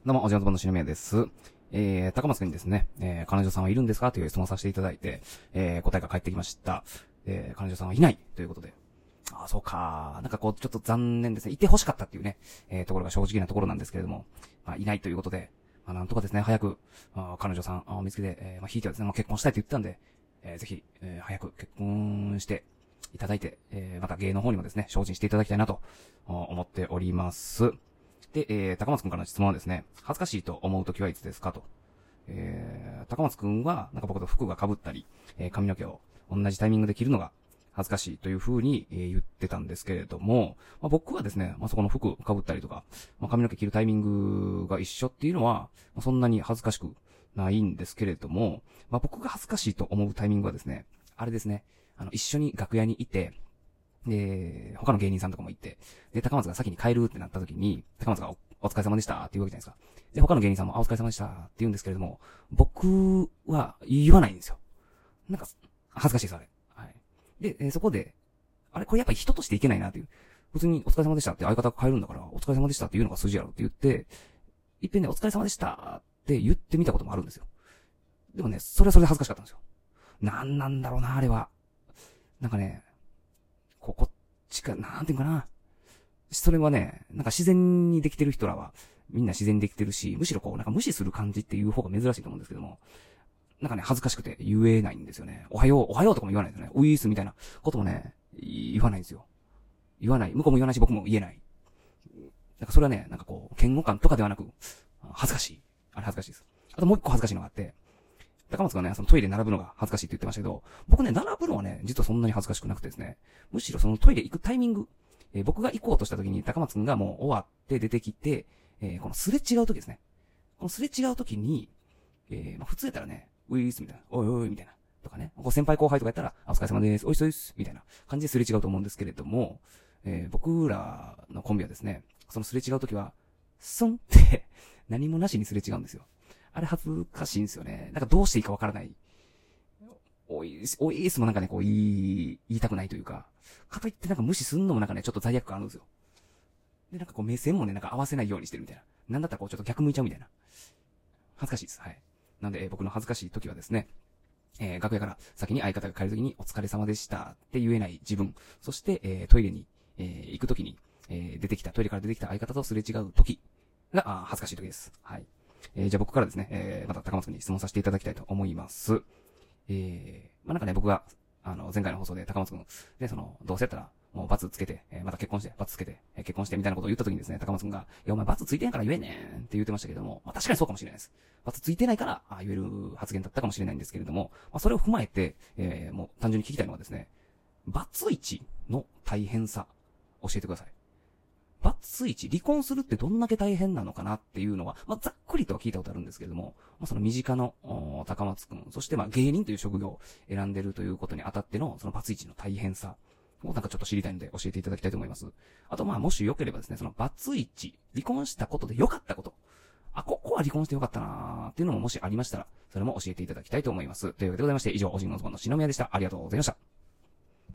どうも、おじのズボンの篠宮です。高松くんにですね、彼女さんはいるんですかという質問させていただいて、答えが返ってきました。彼女さんはいないということで。ああ、そうか。なんかこう、ちょっと残念ですね。いて欲しかったっていうね、ところが正直なところなんですけれども、まあ、いないということで、まあ、なんとかですね、早く、彼女さんを見つけて、まあ、ひいてはですね、もう結婚したいと言ってたんで、ぜひ、早く結婚していただいて、また芸の方にもですね、精進していただきたいなと、思っております。で、高松くんからの質問はですね、恥ずかしいと思うときはいつですかと。高松くんは、なんか僕と服が被ったり、髪の毛を同じタイミングで切るのが恥ずかしいという風に、言ってたんですけれども、まあ、僕はですね、まあ、そこの服被ったりとか、まあ、髪の毛切るタイミングが一緒っていうのは、まあ、そんなに恥ずかしくないんですけれども、まあ、僕が恥ずかしいと思うタイミングはですね、あれですね、一緒に楽屋にいて、で、他の芸人さんとかも行って、で、高松が先に帰るってなった時に、高松がお疲れ様でしたって言うわけじゃないですか。で、他の芸人さんもお疲れ様でしたって言うんですけれども、僕は言わないんですよ。なんか、恥ずかしいです、あれ。はい。で、そこで、あれこれやっぱり人としていけないなっていう。普通にお疲れ様でしたって相方が帰るんだから、お疲れ様でしたって言うのが筋やろって言って、いっぺんね、お疲れ様でしたって言ってみたこともあるんですよ。でもね、それはそれで恥ずかしかったんですよ。なんなんだろうな、あれは。なんかね、こっちか、なんていうかな。それはね、なんか自然にできてる人らは、みんな自然にできてるし、むしろこう、なんか無視する感じっていう方が珍しいと思うんですけども、なんかね、恥ずかしくて言えないんですよね。おはようとかも言わないですよね。ウィースみたいなこともね、言わないんですよ。言わない。向こうも言わないし、僕も言えない。なんかそれはね、なんかこう、嫌悪感とかではなく、恥ずかしい。あれ恥ずかしいです。あともう一個恥ずかしいのがあって、高松がね、そのトイレ並ぶのが恥ずかしいって言ってましたけど、僕ね、並ぶのはね、実はそんなに恥ずかしくなくてですね、むしろそのトイレ行くタイミング、僕が行こうとした時に高松くんがもう終わって出てきて、このすれ違う時ですね。このすれ違う時に、まあ、普通やったらね、ウィースみたいな、おいおいみたいな、とかね、こう先輩後輩とかやったら、お疲れ様です、おいしそうです、みたいな感じですれ違うと思うんですけれども、僕らのコンビはですね、そのすれ違う時は、スンって何もなしにすれ違うんですよ。あれ恥ずかしいんですよね。なんかどうしていいかわからない。おいーすもなんかね、こう言いたくないというか、かといってなんか無視すんのもなんかね、ちょっと罪悪感あるんですよ。で、なんかこう目線もね、なんか合わせないようにしてるみたいな。なんだったらこうちょっと逆向いちゃうみたいな。恥ずかしいです。はい。なんで、僕の恥ずかしい時はですね、楽屋から先に相方が帰る時にお疲れ様でしたって言えない自分。そして、トイレに、行く時に、トイレから出てきた相方とすれ違う時が、恥ずかしい時です。はい。じゃあ僕からですね、また高松くんに質問させていただきたいと思います。まあ、なんかね、僕が、前回の放送で高松くん、で、どうせやったら、もう罰つけて、また結婚して、罰つけて、結婚してみたいなことを言った時にですね、高松くんが、いや、お前罰ついてんから言えねんって言ってましたけども、まあ確かにそうかもしれないです。罰ついてないから、言える発言だったかもしれないんですけれども、まあそれを踏まえて、もう単純に聞きたいのはですね、罰一の大変さ、教えてください。バツイチ、離婚するってどんだけ大変なのかなっていうのは、まあ、ざっくりとは聞いたことあるんですけれども、まあ、その身近の、高松くん、そしてまあ、芸人という職業を選んでるということにあたっての、そのバツイチの大変さをなんかちょっと知りたいので教えていただきたいと思います。あとまあ、もしよければですね、そのバツイチ、離婚したことで良かったこと。ここは離婚して良かったなーっていうのももしありましたら、それも教えていただきたいと思います。というわけでございまして、以上、おじんのズボンの篠宮でした。ありがとうございました。